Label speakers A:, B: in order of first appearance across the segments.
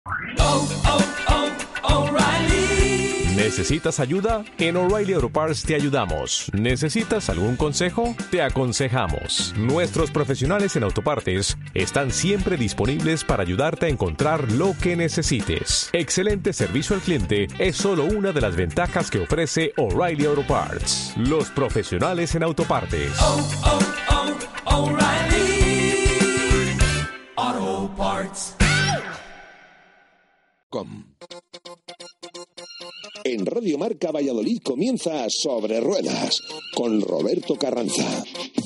A: ¿Necesitas ayuda? En O'Reilly Auto Parts te ayudamos. ¿Necesitas algún consejo? Te aconsejamos. Nuestros profesionales en autopartes están siempre disponibles para ayudarte a encontrar lo que necesites. Excelente servicio al cliente es solo una de las ventajas que ofrece O'Reilly Auto Parts. Los profesionales en autopartes.
B: O'Reilly Auto Parts.
C: En Radio Marca Valladolid comienza Sobre Ruedas con Roberto Carranza.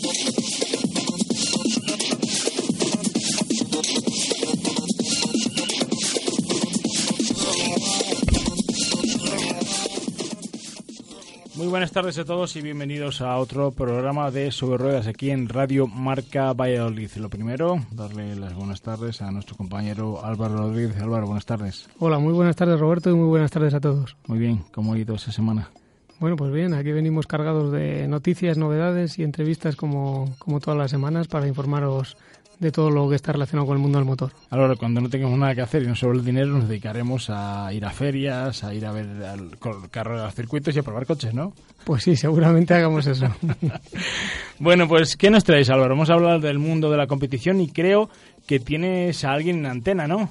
D: Muy buenas tardes a todos y bienvenidos a otro programa de Sobre Ruedas aquí en Radio Marca Valladolid. Lo primero, darle las buenas tardes a nuestro compañero Álvaro Rodríguez. Álvaro, buenas tardes.
E: Hola, muy buenas tardes Roberto y muy buenas tardes a todos.
D: Muy bien, ¿cómo ha ido esa semana?
E: Bueno, pues bien, aquí venimos cargados de noticias, novedades y entrevistas como todas las semanas para informaros de todo lo que está relacionado con el mundo del motor.
D: Ahora, cuando no tengamos nada que hacer y no sobre el dinero, nos dedicaremos a ir a ferias, a ir a ver carros a los circuitos y a probar coches, ¿no?
E: Pues sí, seguramente hagamos eso.
D: Bueno, pues, ¿qué nos traéis, Álvaro? Vamos a hablar del mundo de la competición y creo que tienes a alguien en antena, ¿no?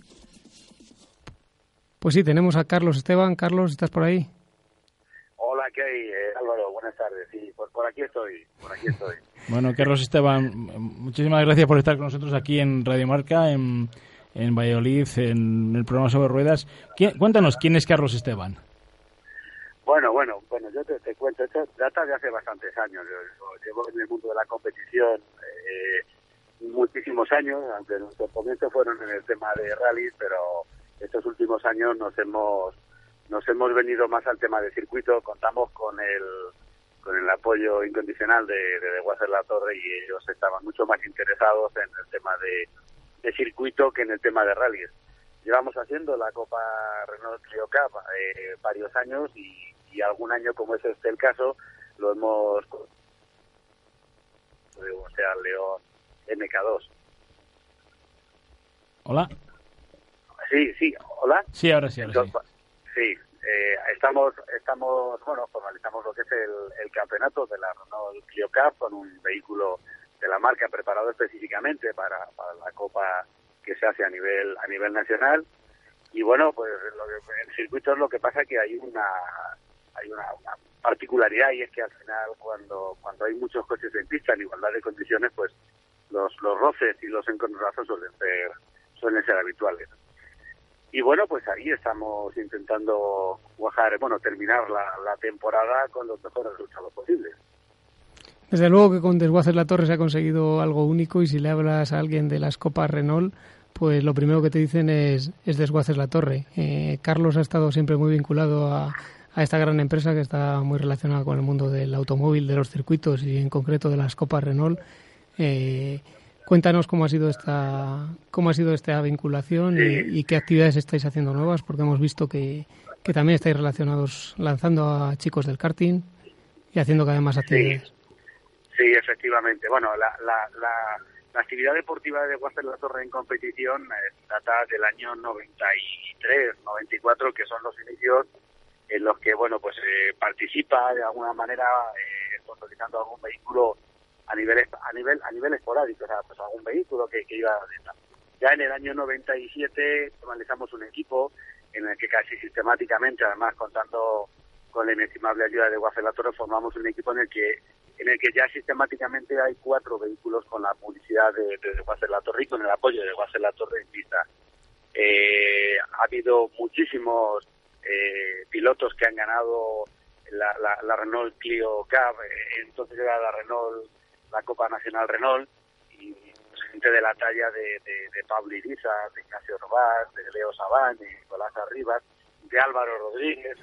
E: Pues sí, tenemos a Carlos Esteban. Carlos, ¿estás por ahí?
F: Hola, ¿qué hay, Álvaro? Buenas tardes. Sí, por aquí estoy,
D: Bueno, Carlos Esteban, muchísimas gracias por estar con nosotros aquí en Radio Marca, en Valladolid, en el programa Sobre Ruedas. Cuéntanos, ¿quién es Carlos Esteban?
F: Bueno, yo te cuento, esto data de hace bastantes años. Yo llevo en el mundo de la competición muchísimos años, aunque nuestros comienzos fueron en el tema de rally, pero estos últimos años nos hemos venido más al tema de circuito. Contamos con el apoyo incondicional de Wasser La Torre y ellos estaban mucho más interesados en el tema de circuito que en el tema de rallies. Llevamos haciendo la Copa Renault Clio Cup varios años y algún año, como es el caso, lo hemos, o sea, León MK2.
D: Hola.
F: Sí, hola.
D: Sí, ahora sí.
F: Entonces, sí. Estamos formalizamos lo que es el campeonato de la Renault Clio Cup con un vehículo de la marca preparado específicamente para la Copa que se hace a nivel nacional. Y bueno, pues en circuitos lo que pasa es que hay una particularidad, y es que al final cuando hay muchos coches en pista en igualdad de condiciones, pues los roces y los encontronazos suelen ser habituales. Y bueno, pues ahí estamos intentando terminar la temporada con los mejores resultados posibles.
E: Desde luego que con Desguaces La Torre se ha conseguido algo único, y si le hablas a alguien de las Copas Renault, pues lo primero que te dicen es Desguaces La Torre. Carlos ha estado siempre muy vinculado a esta gran empresa que está muy relacionada con el mundo del automóvil, de los circuitos y en concreto de las Copas Renault. Cuéntanos cómo ha sido esta vinculación y qué actividades estáis haciendo nuevas, porque hemos visto que también estáis relacionados lanzando a chicos del karting y haciendo cada vez más actividades.
F: Sí, efectivamente. Bueno, la actividad deportiva de Wasser La Torre en competición data del año 93, 94, que son los inicios en los que participa de alguna manera sponsorizando algún vehículo a nivel esporádico, o sea, pues algún vehículo que iba a la. Ya en el año 97 formalizamos un equipo en el que casi sistemáticamente, además contando con la inestimable ayuda de Wasser La Torre, formamos un equipo en el que ya sistemáticamente hay 4 vehículos con la publicidad de Wasser La Torre y con el apoyo de Wasser La Torre en pista. Ha habido muchísimos pilotos que han ganado la Renault Clio Cup, entonces era la Copa Nacional Renault, y gente de la talla de Pablo Iriza, de Ignacio Robás, de Leo Sabán, de Nicolás Arribas, de Álvaro Rodríguez,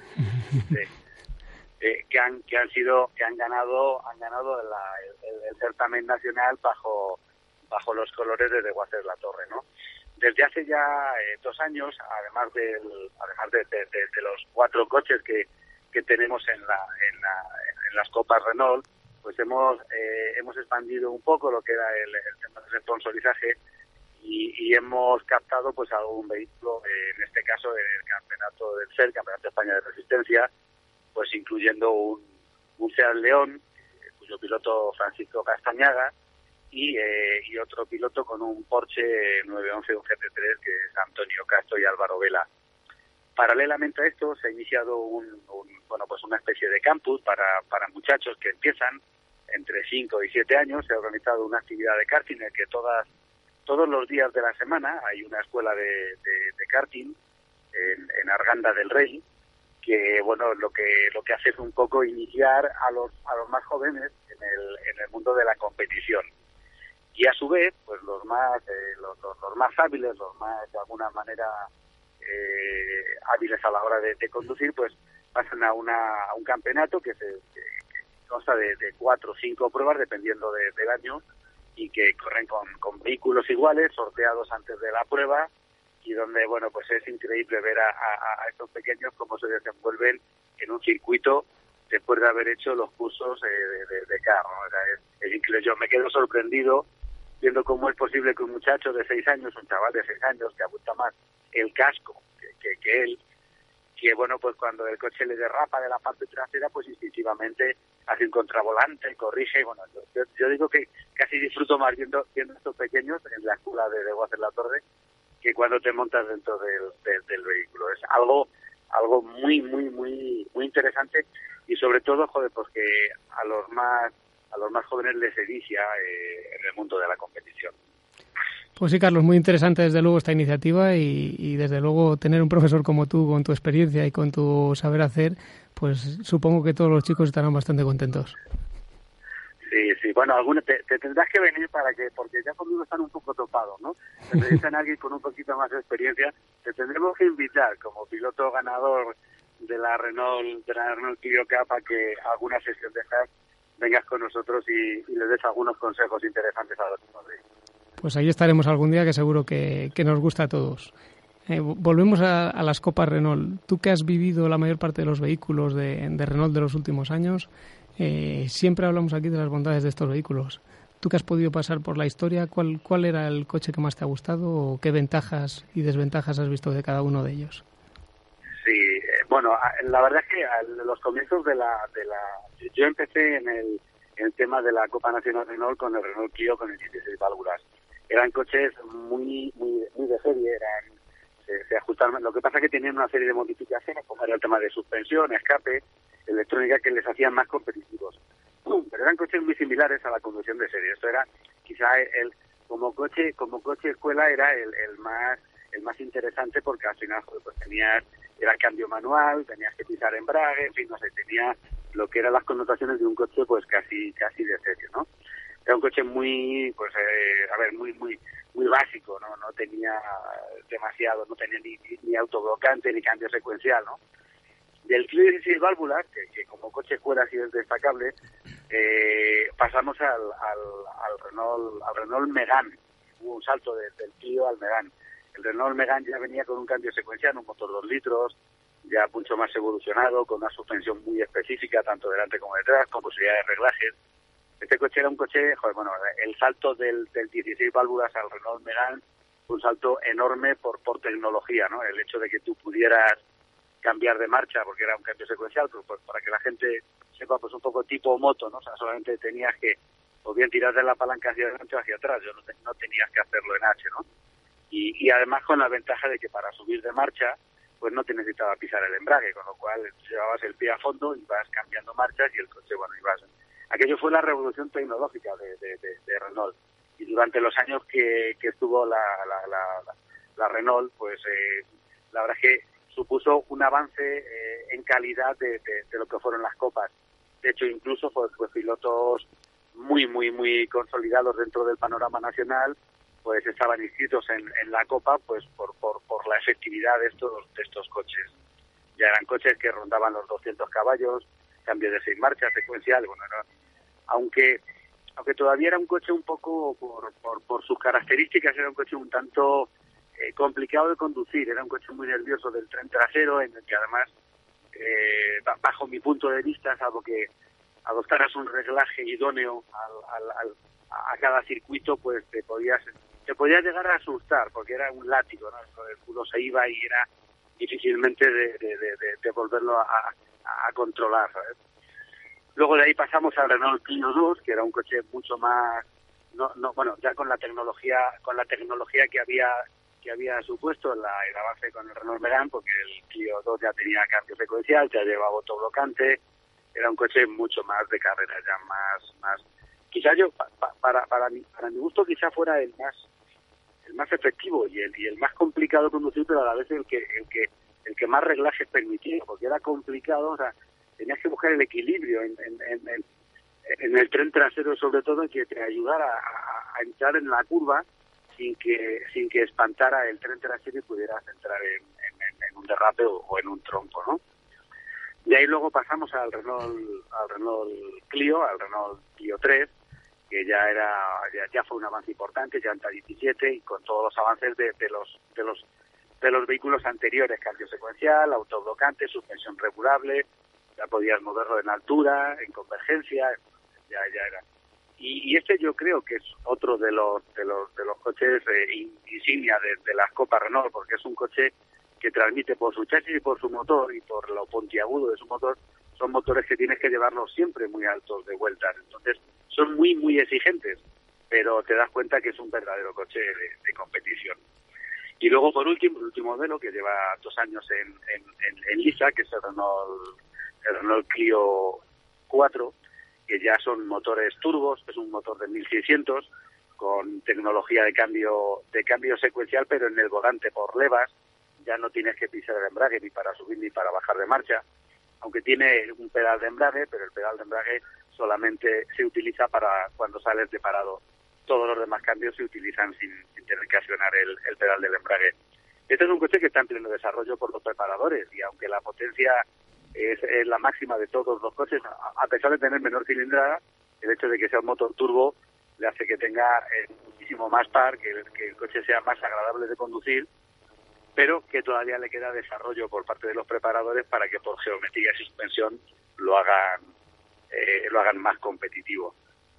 F: que han ganado el certamen nacional bajo los colores de Wasser La Torre, ¿no? Desde hace ya 2 años, además de los 4 coches que tenemos en las Copas Renault, pues hemos expandido un poco lo que era el tema de sponsorizaje, y hemos captado pues algún vehículo, en este caso en el campeonato del CER, Campeonato de España de Resistencia, pues incluyendo un Seat León, cuyo piloto Francisco Castañaga, y otro piloto con un Porsche 911, un GT3, que es Antonio Castro y Álvaro Vela. Paralelamente a esto se ha iniciado una especie de campus para muchachos que empiezan entre 5 y 7 años. Se ha organizado una actividad de karting en el que todos los días de la semana hay una escuela de karting en Arganda del Rey, que bueno, lo que hace es un poco iniciar a los más jóvenes en el mundo de la competición. Y a su vez, pues los más hábiles, los más de alguna manera hábiles a la hora de conducir, pues pasan a un campeonato que consta de 4 o 5 pruebas dependiendo del año, y que corren con vehículos iguales, sorteados antes de la prueba, y donde bueno, pues es increíble ver a estos pequeños cómo se desenvuelven en un circuito después de haber hecho los cursos de carro. O sea, es increíble. Yo me quedo sorprendido viendo cómo es posible que un muchacho de 6 años, un chaval de 6 años, que apunta más el casco que él, que bueno, pues cuando el coche le derrapa de la parte trasera, pues instintivamente hace un contravolante, corrige. Bueno, yo digo que casi disfruto más viendo a estos pequeños en la escuela de Guas en la Torre que cuando te montas dentro del vehículo. Es algo muy muy muy muy interesante, y sobre todo, joder, pues que a los más jóvenes les inicia en el mundo de la competición.
E: Pues sí, Carlos, muy interesante desde luego esta iniciativa, y desde luego tener un profesor como tú, con tu experiencia y con tu saber hacer, pues supongo que todos los chicos estarán bastante contentos.
F: Sí, bueno, algunos te tendrás que venir porque ya conmigo están un poco topados, ¿no? Si necesitan alguien con un poquito más de experiencia, te tendremos que invitar como piloto ganador de la Renault Clio Cup a que alguna sesión de estas vengas con nosotros y les des algunos consejos interesantes a los niños.
E: Pues ahí estaremos algún día, que seguro que nos gusta a todos. Volvemos a las copas Renault. Tú que has vivido la mayor parte de los vehículos de Renault de los últimos años, siempre hablamos aquí de las bondades de estos vehículos. Tú que has podido pasar por la historia, ¿cuál era el coche que más te ha gustado, o qué ventajas y desventajas has visto de cada uno de ellos?
F: Sí, bueno, la verdad es que a los comienzos yo empecé en el tema de la Copa Nacional Renault con el Renault Clio, con el 16 válvulas. Eran coches muy muy muy de serie, se ajustaban. Lo que pasa es que tenían una serie de modificaciones, como era el tema de suspensión, escape, electrónica, que les hacían más competitivos. Pero eran coches muy similares a la conducción de serie. Esto era quizá como coche escuela era el más interesante, porque al final pues era cambio manual, tenías que pisar embrague, en fin, no sé, tenía lo que eran las connotaciones de un coche pues casi de serie, ¿no? Era un coche muy, pues muy muy muy básico, no tenía demasiado, no tenía ni autoblocante ni cambio secuencial, ¿no? Del Clio 16 válvulas, que como coche escuela sí es destacable, pasamos al Renault Megane. Hubo un salto del Clio al Megane. El Renault Megane ya venía con un cambio secuencial, un motor 2 litros, ya mucho más evolucionado, con una suspensión muy específica, tanto delante como detrás, con posibilidad de reglajes. Este coche era un coche, el salto del 16 válvulas al Renault Megane fue un salto enorme por tecnología, ¿no? El hecho de que tú pudieras cambiar de marcha, porque era un cambio secuencial, pues para que la gente sepa, pues un poco tipo moto, ¿no? O sea, solamente tenías que o bien tirar de la palanca hacia adelante o hacia atrás, no tenías que hacerlo en H, ¿no? Y además con la ventaja de que para subir de marcha, pues no te necesitaba pisar el embrague, con lo cual llevabas el pie a fondo y vas cambiando marchas, y el coche, ibas. Aquello fue la revolución tecnológica de Renault. Y durante los años que estuvo la Renault, pues la verdad es que supuso un avance en calidad de lo que fueron las copas. De hecho, incluso pues pilotos muy muy muy consolidados dentro del panorama nacional, pues estaban inscritos en la copa, pues por la efectividad de estos coches. Ya eran coches que rondaban los 200 caballos, cambio de 6 marchas, secuencial. Bueno, aunque todavía era un coche un poco por sus características, era un coche un tanto complicado de conducir. Era un coche muy nervioso del tren trasero, en el que además, bajo mi punto de vista, salvo que adoptaras un reglaje idóneo a cada circuito, pues te te podía llegar a asustar, porque era un látigo, ¿no? El culo se iba y era difícilmente de volverlo a controlar, ¿sabes? Luego de ahí pasamos al Renault Clio 2, que era un coche mucho más, bueno, ya con la tecnología que había supuesto el avance con el Renault Megane, porque el Clio 2 ya tenía cambio secuencial, ya llevaba autoblocante, era un coche mucho más de carrera, ya más quizá yo para mi gusto quizá fuera el más efectivo y el más complicado de conducir, pero a la vez el que más reglajes permitía, porque era complicado, o sea, tenías que buscar el equilibrio en el tren trasero, sobre todo, que te ayudara a entrar en la curva sin que espantara el tren trasero y pudieras entrar en un derrape o en un trompo, ¿no? De ahí luego pasamos al Renault Clio 3, que ya fue un avance importante, llanta 17, y con todos los avances de los vehículos anteriores, cambio secuencial, autoblocante, suspensión regulable, ya podías moverlo en altura, en convergencia, ya era. Y este yo creo que es otro de los coches insignia de las Copas Renault, porque es un coche que transmite por su chasis y por su motor y por lo puntiagudo de su motor, son motores que tienes que llevarlos siempre muy altos de vueltas. Entonces son muy, muy exigentes, pero te das cuenta que es un verdadero coche de competición. Y luego, por último, el último modelo, que lleva 2 años en lisa, que es el Renault Clio 4, que ya son motores turbos, es un motor de 1600, con tecnología de cambio secuencial, pero en el volante por levas, ya no tienes que pisar el embrague ni para subir ni para bajar de marcha, aunque tiene un pedal de embrague, pero el pedal de embrague solamente se utiliza para cuando sales de parado. Todos los demás cambios se utilizan sin tener que accionar el pedal del embrague. Este es un coche que está en pleno desarrollo por los preparadores, y aunque la potencia es la máxima de todos los coches, a pesar de tener menor cilindrada, el hecho de que sea un motor turbo le hace que tenga muchísimo más par, que el coche sea más agradable de conducir, pero que todavía le queda desarrollo por parte de los preparadores para que por geometría y suspensión lo hagan más competitivo.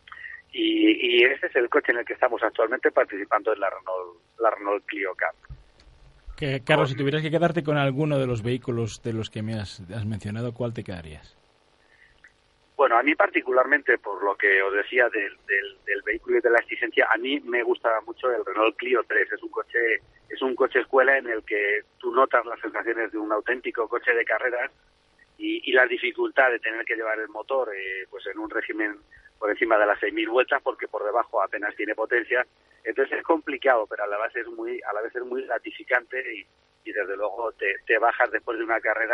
F: Y ese es el coche en el que estamos actualmente participando en la Renault Clio Cup.
D: Carlos, si tuvieras que quedarte con alguno de los vehículos de los que me has mencionado, ¿cuál te quedarías?
F: Bueno, a mí particularmente, por lo que os decía del vehículo y de la exigencia, a mí me gusta mucho el Renault Clio 3. Es un coche escuela en el que tú notas las sensaciones de un auténtico coche de carreras y la dificultad de tener que llevar el motor pues en un régimen por encima de las 6.000 vueltas, porque por debajo apenas tiene potencia. Entonces es complicado, pero a la vez es muy gratificante y desde luego te bajas después de una carrera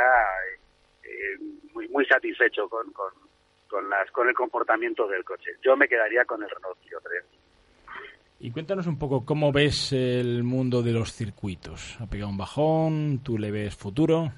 F: muy satisfecho con el comportamiento del coche. Yo me quedaría con el Renault Clio 3.
D: Y cuéntanos un poco cómo ves el mundo de los circuitos. ¿Ha pegado un bajón? ¿Tú le ves futuro?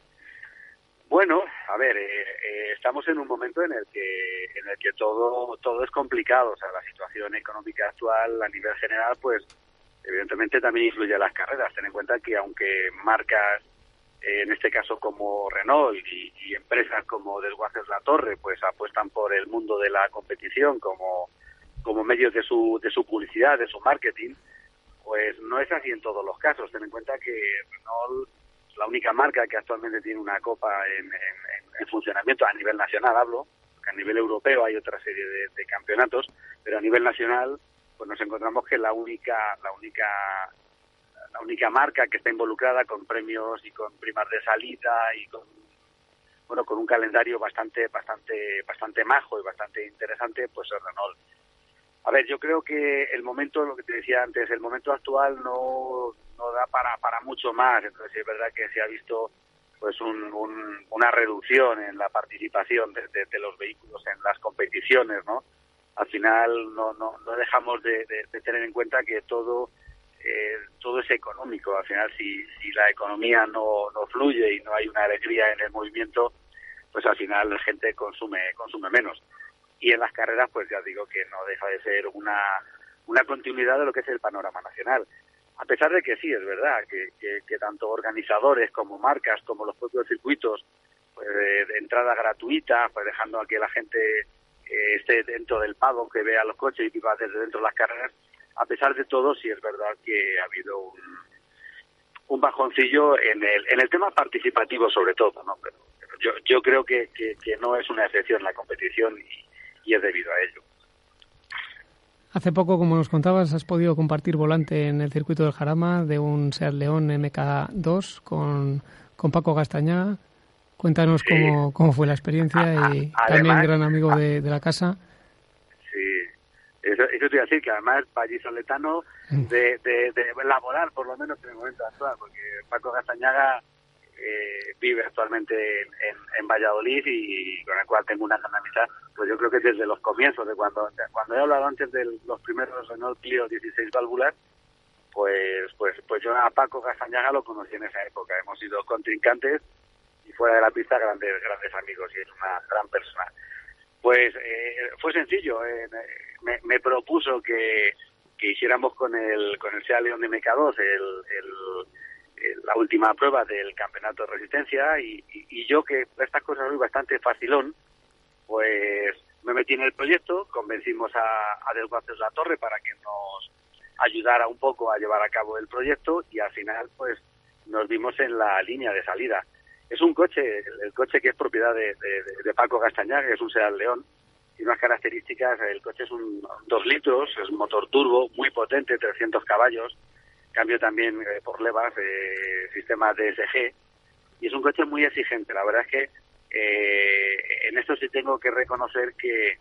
F: Bueno, a ver, estamos en un momento en el que todo es complicado. O sea, la situación económica actual a nivel general, pues evidentemente también influye en las carreras. Ten en cuenta que aunque marcas, en este caso como Renault y empresas como Desguaces La Torre, pues apuestan por el mundo de la competición como medios de su publicidad, de su marketing, pues no es así en todos los casos. Ten en cuenta que Renault, la única marca que actualmente tiene una copa en funcionamiento a nivel nacional, hablo, que a nivel europeo hay otra serie de campeonatos, pero a nivel nacional pues nos encontramos que la única marca que está involucrada con premios y con primas de salida y con un calendario bastante majo y bastante interesante, pues es Renault. A ver, yo creo que el momento, lo que te decía antes, el momento actual no da para mucho más. Entonces es verdad que se ha visto pues una reducción en la participación de los vehículos en las competiciones, ¿no? Al final no dejamos de tener en cuenta que todo es económico. Al final si la economía no fluye y no hay una alegría en el movimiento, pues al final la gente consume menos. Y en las carreras, pues ya digo que no deja de ser una continuidad de lo que es el panorama nacional. A pesar de que sí, es verdad, que tanto organizadores como marcas, como los propios circuitos, pues de entrada gratuita, pues dejando a que la gente esté dentro del paddock, que vea los coches y viva desde dentro de las carreras, a pesar de todo, sí es verdad que ha habido un bajoncillo en el tema participativo sobre todo, ¿no? Pero yo creo que no es una excepción la competición y es debido a ello.
E: Hace poco, como nos contabas, has podido compartir volante en el circuito del Jarama de un Seat León MK2 con Paco Gastañaga. Cuéntanos cómo fue la experiencia y también gran amigo de la casa.
F: Sí, eso te iba a decir, que además vallisoletano de laboral, por lo menos en el momento actual, porque Paco Gastañaga vive actualmente en Valladolid y con el cual tengo una gran amistad. Pues yo creo que desde los comienzos, de cuando he hablado antes de los primeros Renault Clio 16 válvulas, pues yo a Paco Gastañaga lo conocí en esa época. Hemos sido contrincantes y fuera de la pista grandes amigos, y es una gran persona. Pues fue sencillo, me propuso que hiciéramos con el Seat León de MK2 la última prueba del campeonato de resistencia, y yo, que estas cosas soy bastante facilón, pues me metí en el proyecto, convencimos a Desguaces La Torre para que nos ayudara un poco a llevar a cabo el proyecto, y al final pues nos vimos en la línea de salida. Es un coche, el coche que es propiedad de Paco Gastañaga, que es un Seat León, y unas características. El coche es un 2 litros, es un motor turbo muy potente, 300 caballos, cambio también por levas, sistema DSG, y es un coche muy exigente. La verdad es que en esto sí tengo que reconocer que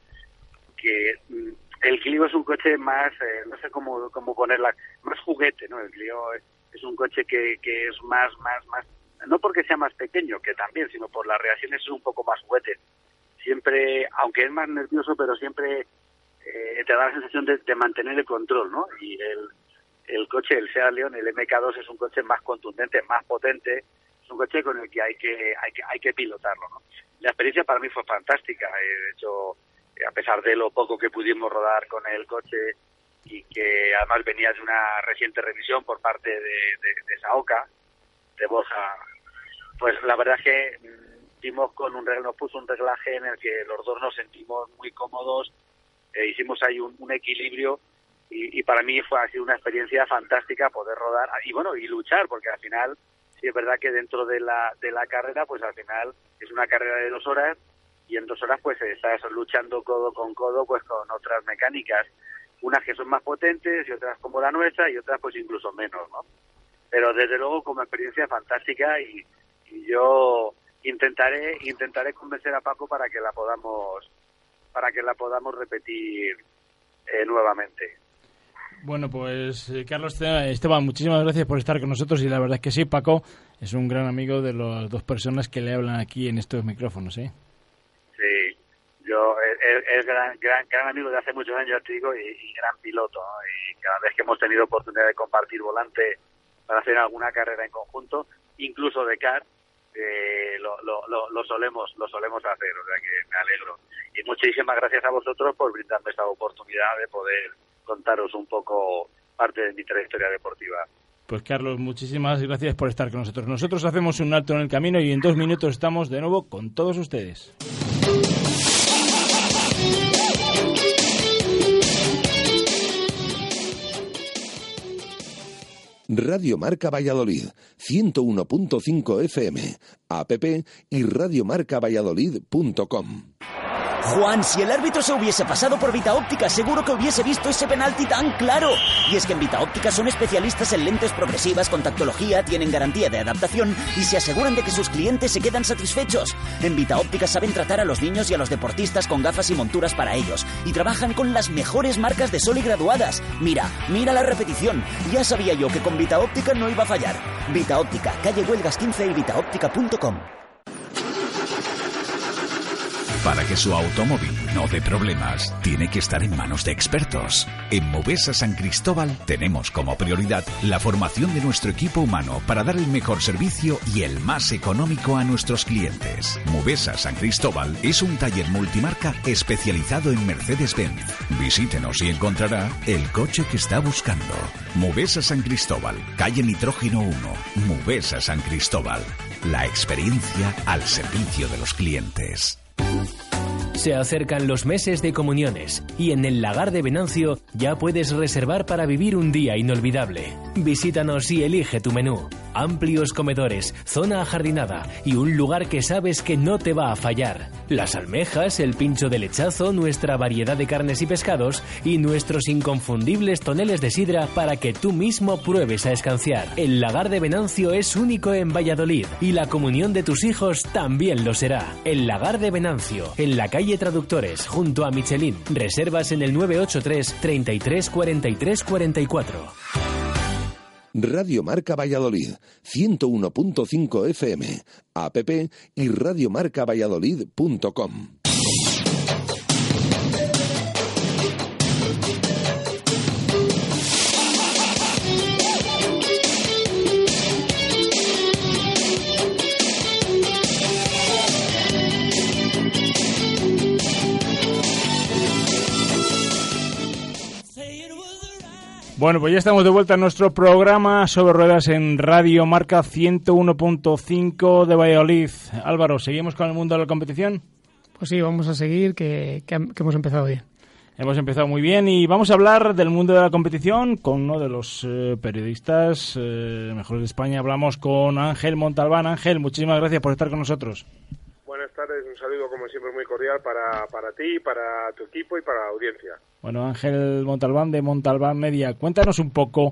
F: el Clio es un coche más, no sé cómo ponerla, más juguete, ¿no? El Clio es un coche que es más, no porque sea más pequeño, que también, sino por las reacciones es un poco más juguete. Siempre, aunque es más nervioso, pero siempre te da la sensación de mantener el control, ¿no? Y el coche, el Seat León, el MK2, es un coche más contundente, más potente, es un coche con el que hay que pilotarlo, ¿no? La experiencia para mí fue fantástica. De hecho, a pesar de lo poco que pudimos rodar con el coche, y que además venía de una reciente revisión por parte de Saoca, de Borja, pues la verdad es que nos puso un reglaje en el que los dos nos sentimos muy cómodos, hicimos ahí un equilibrio, y para mí ha sido una experiencia fantástica poder rodar y luchar, porque al final sí es verdad que dentro de la carrera, pues al final es una carrera de 2 horas, y en 2 horas pues estás luchando codo con codo pues con otras mecánicas, unas que son más potentes y otras como la nuestra, y otras pues incluso menos, ¿no? Pero desde luego como experiencia fantástica, y yo intentaré convencer a Paco para que la podamos repetir nuevamente.
D: Bueno, pues Carlos, Esteban, muchísimas gracias por estar con nosotros, y la verdad es que sí, Paco es un gran amigo de las 2 personas que le hablan aquí en estos micrófonos, ¿eh?
F: Sí, es gran amigo de hace muchos años, te digo, y gran piloto, ¿no? Y cada vez que hemos tenido oportunidad de compartir volante para hacer alguna carrera en conjunto, incluso de kart, lo solemos hacer, o sea que me alegro. Y muchísimas gracias a vosotros por brindarme esta oportunidad de poder contaros un poco parte de mi trayectoria deportiva.
D: Pues Carlos, muchísimas gracias por estar con nosotros. Nosotros hacemos un alto en el camino y en 2 minutos estamos de nuevo con todos ustedes.
C: Radio Marca Valladolid, 101.5 FM, app y radiomarcavalladolid.com.
G: Juan, si el árbitro se hubiese pasado por Vita Óptica, seguro que hubiese visto ese penalti tan claro. Y es que en Vita Óptica son especialistas en lentes progresivas con tactología, tienen garantía de adaptación y se aseguran de que sus clientes se quedan satisfechos. En Vita Óptica saben tratar a los niños y a los deportistas con gafas y monturas para ellos, y trabajan con las mejores marcas de sol y graduadas. Mira la repetición. Ya sabía yo que con Vita Óptica no iba a fallar. Vita Óptica, calle Huelgas 15 y vitaóptica.com.
H: Para que su automóvil no dé problemas, tiene que estar en manos de expertos. En Movesa San Cristóbal tenemos como prioridad la formación de nuestro equipo humano para dar el mejor servicio y el más económico a nuestros clientes. Movesa San Cristóbal es un taller multimarca especializado en Mercedes-Benz. Visítenos y encontrará el coche que está buscando. Movesa San Cristóbal, calle Nitrógeno 1. Movesa San Cristóbal. La experiencia al servicio de los clientes.
I: Se acercan los meses de comuniones y en el Lagar de Venancio ya puedes reservar para vivir un día inolvidable. Visítanos y elige tu menú. Amplios comedores, zona ajardinada y un lugar que sabes que no te va a fallar. Las almejas, el pincho de lechazo, nuestra variedad de carnes y pescados y nuestros inconfundibles toneles de sidra para que tú mismo pruebes a escanciar. El Lagar de Venancio es único en Valladolid y la comunión de tus hijos también lo será. El Lagar de Venancio, en la calle Traductores, junto a Michelin. Reservas en el 983 33 43 44.
C: Radio Marca Valladolid, 101.5 FM, app y radiomarcavalladolid.com.
D: Bueno, pues ya estamos de vuelta en nuestro programa sobre ruedas en Radio Marca 101.5 de Valladolid. Álvaro, ¿seguimos con el mundo de la competición?
E: Pues sí, vamos a seguir, que hemos empezado bien.
D: Hemos empezado muy bien y vamos a hablar del mundo de la competición con uno de los periodistas mejores de España. Hablamos con Ángel Montalbán. Ángel, muchísimas gracias por estar con nosotros.
J: Buenas tardes, un saludo como siempre muy cordial para ti, para tu equipo y para la audiencia.
D: Bueno, Ángel Montalbán de Montalbán Media, cuéntanos un poco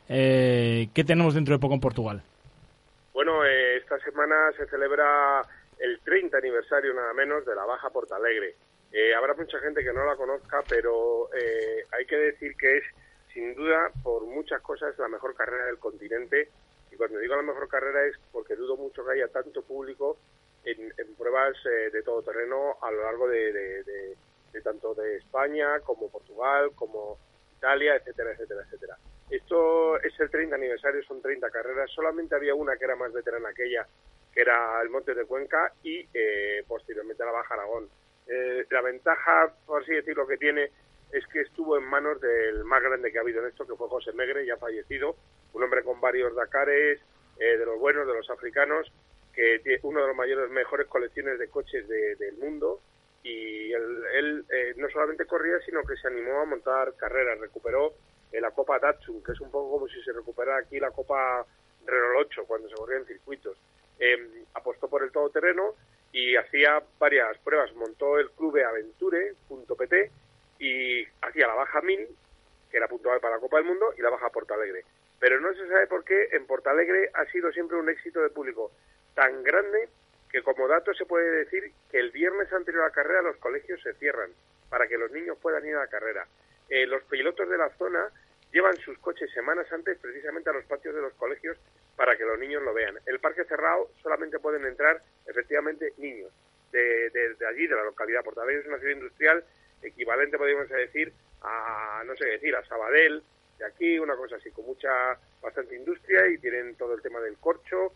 D: qué tenemos dentro de poco en Portugal.
J: Bueno, esta semana se celebra el 30 aniversario nada menos de la Baja Portalegre. Habrá mucha gente que no la conozca, pero hay que decir que es sin duda por muchas cosas la mejor carrera del continente, y cuando digo la mejor carrera es porque dudo mucho que haya tanto público en pruebas de todo terreno a lo largo de tanto de España como Portugal, como Italia, etcétera, etcétera, etcétera. Esto es el 30 aniversario, son 30 carreras, solamente había una que era más veterana que ella, que era el Monte de Cuenca y posteriormente la Baja Aragón. La ventaja, por así decirlo, que tiene es que estuvo en manos del más grande que ha habido en esto, que fue José Megre, ya fallecido, un hombre con varios Dakares, de los buenos, de los africanos, que tiene uno de los mejores colecciones de coches del mundo, y él no solamente corría, sino que se animó a montar carreras, recuperó la Copa Datsun, que es un poco como si se recuperara aquí la Copa Renault 8 cuando se corría en circuitos. Apostó por el todoterreno y hacía varias pruebas, montó el Club Aventure.pt y hacía la Baja 1000, que era puntual para la Copa del Mundo, y la Baja Portalegre. Pero no se sabe por qué en Portalegre ha sido siempre un éxito de público tan grande que como dato se puede decir que el viernes anterior a la carrera los colegios se cierran para que los niños puedan ir a la carrera. Los pilotos de la zona llevan sus coches semanas antes precisamente a los patios de los colegios para que los niños lo vean. El parque cerrado solamente pueden entrar efectivamente niños de allí, de la localidad. Portalegre es una ciudad industrial equivalente, podríamos decir, a Sabadell, de aquí, una cosa así, con bastante industria, y tienen todo el tema del corcho,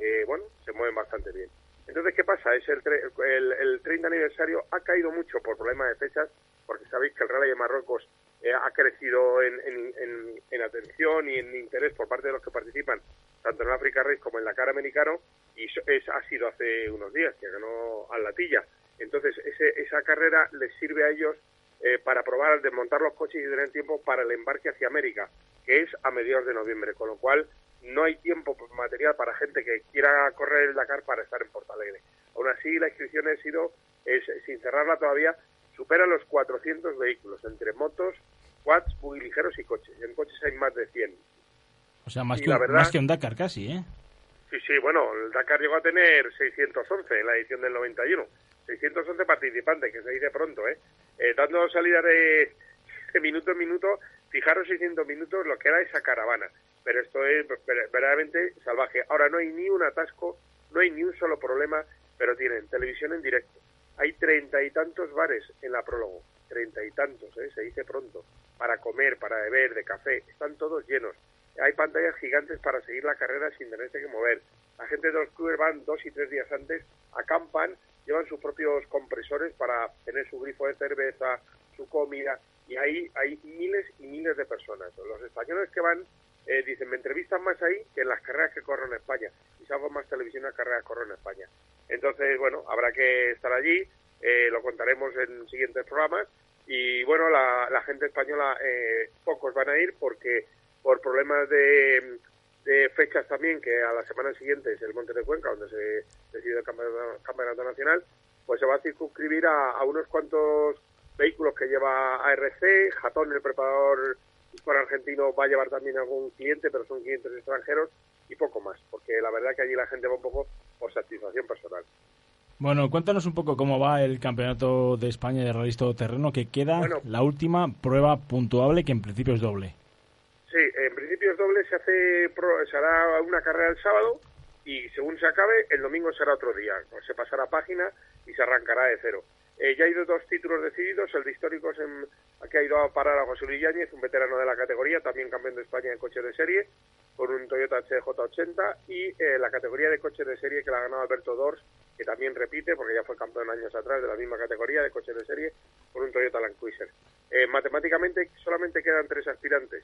J: se mueven bastante bien. Entonces, ¿qué pasa? Es el 30 aniversario ha caído mucho por problemas de fechas, porque sabéis que el Rally de Marruecos ha crecido en atención y en interés por parte de los que participan, tanto en el Africa Race como en la Dakar americano, y ha sido hace unos días que ganó Al Latilla. Entonces, esa carrera les sirve a ellos para probar, desmontar los coches y tener tiempo para el embarque hacia América, que es a mediados de noviembre, con lo cual no hay tiempo material para gente que quiera correr el Dakar para estar en Portalegre. Aún así, la inscripción sin cerrarla todavía, supera los 400 vehículos, entre motos, quads, buggy ligeros y coches. En coches hay más de 100.
D: O sea, más que un Dakar casi, ¿eh?
J: Sí, bueno, el Dakar llegó a tener 611 en la edición del 91. 611 participantes, que se dice pronto, dando salida de minuto en minuto. Fijaros 600 minutos lo que era esa caravana, pero esto es verdaderamente salvaje. Ahora no hay ni un atasco, no hay ni un solo problema, pero tienen televisión en directo. Hay 30 y tantos bares en la prólogo, 30 y tantos, se dice pronto, para comer, para beber, de café, están todos llenos. Hay pantallas gigantes para seguir la carrera sin tenerse que mover. La gente de los clubes van 2 y 3 días antes, acampan, llevan sus propios compresores para tener su grifo de cerveza, su comida, y ahí hay miles y miles de personas. Los españoles que van dicen, me entrevistan más ahí que en las carreras que corro en España, y salgo más televisión en las carreras que corro en España. Entonces, bueno, habrá que estar allí. lo contaremos en siguientes programas. Y bueno, la gente española, pocos van a ir porque por problemas de fechas también, que a la semana siguiente es el Monte de Cuenca, donde se decide el campeonato nacional, pues se va a circunscribir a unos cuantos vehículos que lleva ARC. Jatón, el preparador argentino, va a llevar también algún cliente, pero son clientes extranjeros, y poco más, porque la verdad que allí la gente va un poco por satisfacción personal.
D: Bueno, cuéntanos un poco cómo va el Campeonato de España de Rallys Todoterreno, que queda la última prueba puntuable, que en principio es doble.
J: Sí, en principio es doble, se hará una carrera el sábado y según se acabe, el domingo será otro día. Se pasará página y se arrancará de cero. Ya ha ido 2 títulos decididos, el de históricos que ha ido a parar a José Luis Yáñez, un veterano de la categoría, también campeón de España en coches de serie, con un Toyota HJ80, y la categoría de coches de serie que la ha ganado Alberto Dors, que también repite, porque ya fue campeón años atrás de la misma categoría de coches de serie, con un Toyota Land Cruiser. Matemáticamente solamente quedan 3 aspirantes.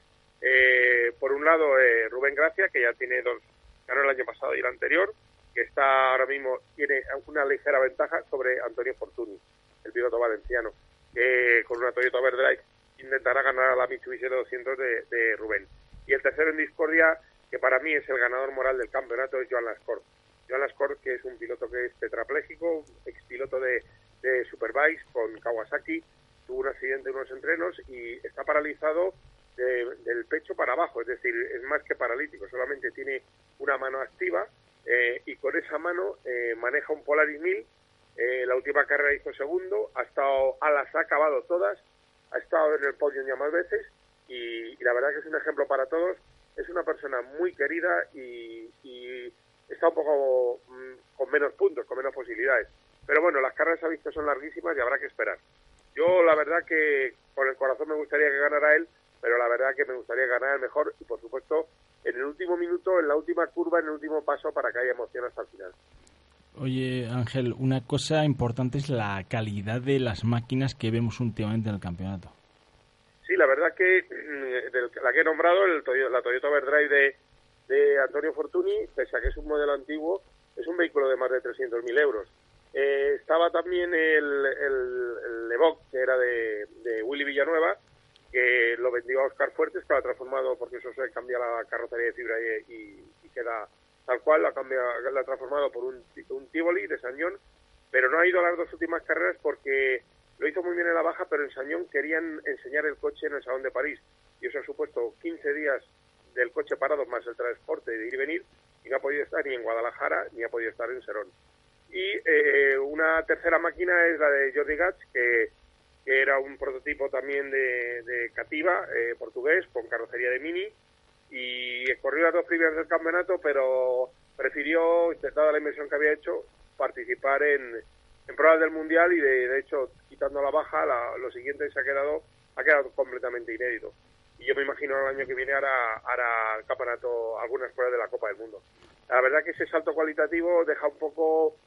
J: Por un lado, Rubén Gracia, que ya tiene 2, ganó el año pasado y el anterior, que está ahora mismo, tiene una ligera ventaja sobre Antonio Fortuny, el piloto valenciano, que con una Toyota Overdrive intentará ganar a la Mitsubishi L200 de Rubén. Y el tercero en discordia, que para mí es el ganador moral del campeonato, es Joan Lascort. Joan Lascort, que es un piloto que es tetrapléjico, expiloto de Superbike con Kawasaki, tuvo un accidente en unos entrenos y está paralizado del pecho para abajo, es decir, es más que paralítico, solamente tiene una mano activa y con esa mano maneja un Polaris 1000. La última carrera hizo segundo, las ha acabado todas, ha estado en el podio ya más veces y la verdad que es un ejemplo para todos. Es una persona muy querida y está un poco con menos puntos, con menos posibilidades. Pero bueno, las carreras ha visto son larguísimas y habrá que esperar. Yo la verdad que con el corazón me gustaría que ganara él, pero la verdad que me gustaría ganar el mejor y por supuesto en el último minuto, en la última curva, en el último paso para que haya emoción hasta el final.
D: Oye, Ángel, una cosa importante es la calidad de las máquinas que vemos últimamente en el campeonato.
J: Sí, la verdad que la que he nombrado, la Toyota Overdrive de Antonio Fortuny, pese a que es un modelo antiguo, es un vehículo de más de 300.000 euros. Estaba también el Evoque, que era de Willy Villanueva, que lo vendió a Oscar Fuertes, que lo ha transformado, porque eso se cambia la carrocería de fibra y queda tal cual, la ha transformado por un Tivoli de Sañón, pero no ha ido a las 2 últimas carreras porque lo hizo muy bien en la baja, pero en Sañón querían enseñar el coche en el Salón de París, y eso ha supuesto 15 días del coche parado más el transporte de ir y venir, y no ha podido estar ni en Guadalajara ni ha podido estar en Serón. Y una tercera máquina es la de Jordi Gats, que era un prototipo también de Cativa, portugués, con carrocería de Mini, y corrió las 2 primeras del campeonato, pero prefirió, dada la inversión que había hecho, participar en pruebas del Mundial, y de hecho, quitando la baja, lo siguiente ha quedado completamente inédito. Y yo me imagino el año que viene hará el campeonato algunas pruebas de la Copa del Mundo. La verdad que ese salto cualitativo deja un poco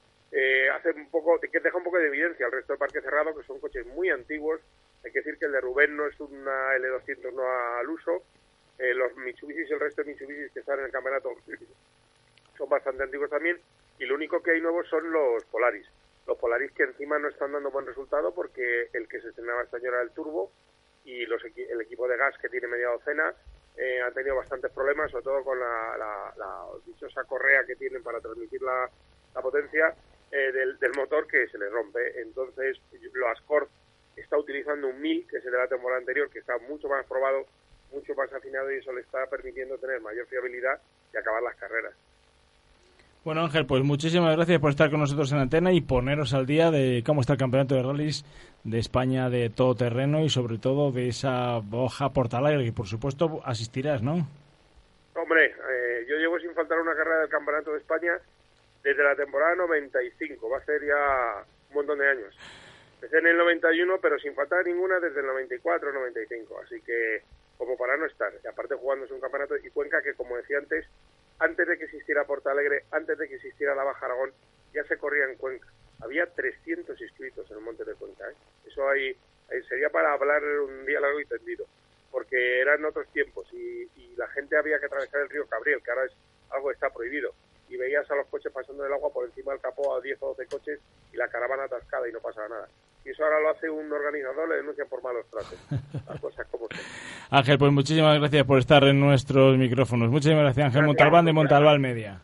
J: de evidencia al resto del parque cerrado, que son coches muy antiguos. Hay que decir que el de Rubén no es una L200 no al uso. Los Mitsubishi, el resto de Mitsubishi que están en el campeonato son bastante antiguos también, y lo único que hay nuevo son los Polaris. Los Polaris que encima no están dando buen resultado porque el que se estrenaba este año era el Turbo, y el equipo de gas que tiene media docena han tenido bastantes problemas, sobre todo con la dichosa correa que tienen para transmitir la potencia del motor, que se les rompe. Entonces, Lascort está utilizando un 1000, que es el de la temporada anterior, que está mucho más probado, mucho más afinado, y eso le está permitiendo tener mayor fiabilidad y acabar las carreras.
D: Bueno, Ángel, pues muchísimas gracias por estar con nosotros en antena y poneros al día de cómo está el campeonato de rallies de España de todoterreno, y sobre todo de esa Baja Portalegre, que por supuesto asistirás, ¿no?
J: Hombre, yo llevo sin faltar una carrera del campeonato de España desde la temporada 95, va a ser ya un montón de años. Empecé en el 91, pero sin faltar ninguna desde el 94, 95, así que como para no estar. Y aparte jugándose un campeonato, y Cuenca, que como decía antes de que existiera Portalegre, antes de que existiera la Baja Aragón, ya se corría en Cuenca. Había 300 inscritos en el Monte de Cuenca, ¿eh? Eso ahí sería para hablar un día largo y tendido, porque eran otros tiempos y la gente había que atravesar el río Cabriel, que ahora es algo que está prohibido. y veías a los coches pasando del agua por encima del capó a 10 o 12 coches y la caravana atascada y no pasaba nada. Y eso ahora lo hace un organizador, le denuncian por malos tratos. Las cosas como son.
D: Ángel, pues muchísimas gracias por estar en nuestros micrófonos. Muchísimas gracias, Ángel Montalbán de Montalbán Media.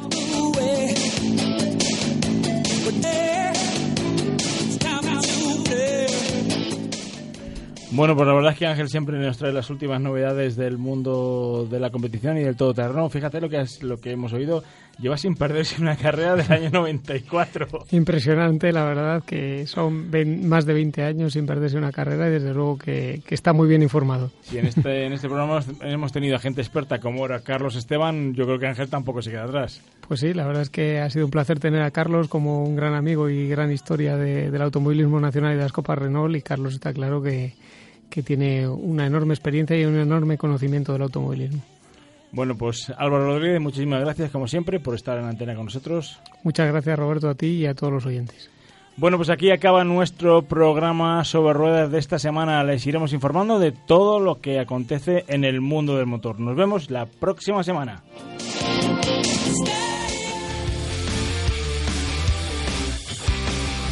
D: Bueno, pues la verdad es que Ángel siempre nos trae las últimas novedades del mundo de la competición y del todoterreno. Fíjate lo que hemos oído. Lleva sin perderse una carrera del año 94.
E: Impresionante, la verdad, que son más de 20 años sin perderse una carrera y desde luego que está muy bien informado.
D: Sí, en este programa hemos tenido a gente experta como era Carlos Esteban. Yo creo que Ángel tampoco se queda atrás.
E: Pues sí, la verdad es que ha sido un placer tener a Carlos como un gran amigo y gran historia del automovilismo nacional y de las Copas Renault, y Carlos está claro que tiene una enorme experiencia y un enorme conocimiento del automovilismo.
D: Bueno, pues Álvaro Rodríguez, muchísimas gracias como siempre por estar en antena con nosotros.
E: Muchas gracias, Roberto, a ti y a todos los oyentes.
D: Bueno, pues aquí acaba nuestro programa sobre ruedas de esta semana. Les iremos informando de todo lo que acontece en el mundo del motor. Nos vemos la próxima semana.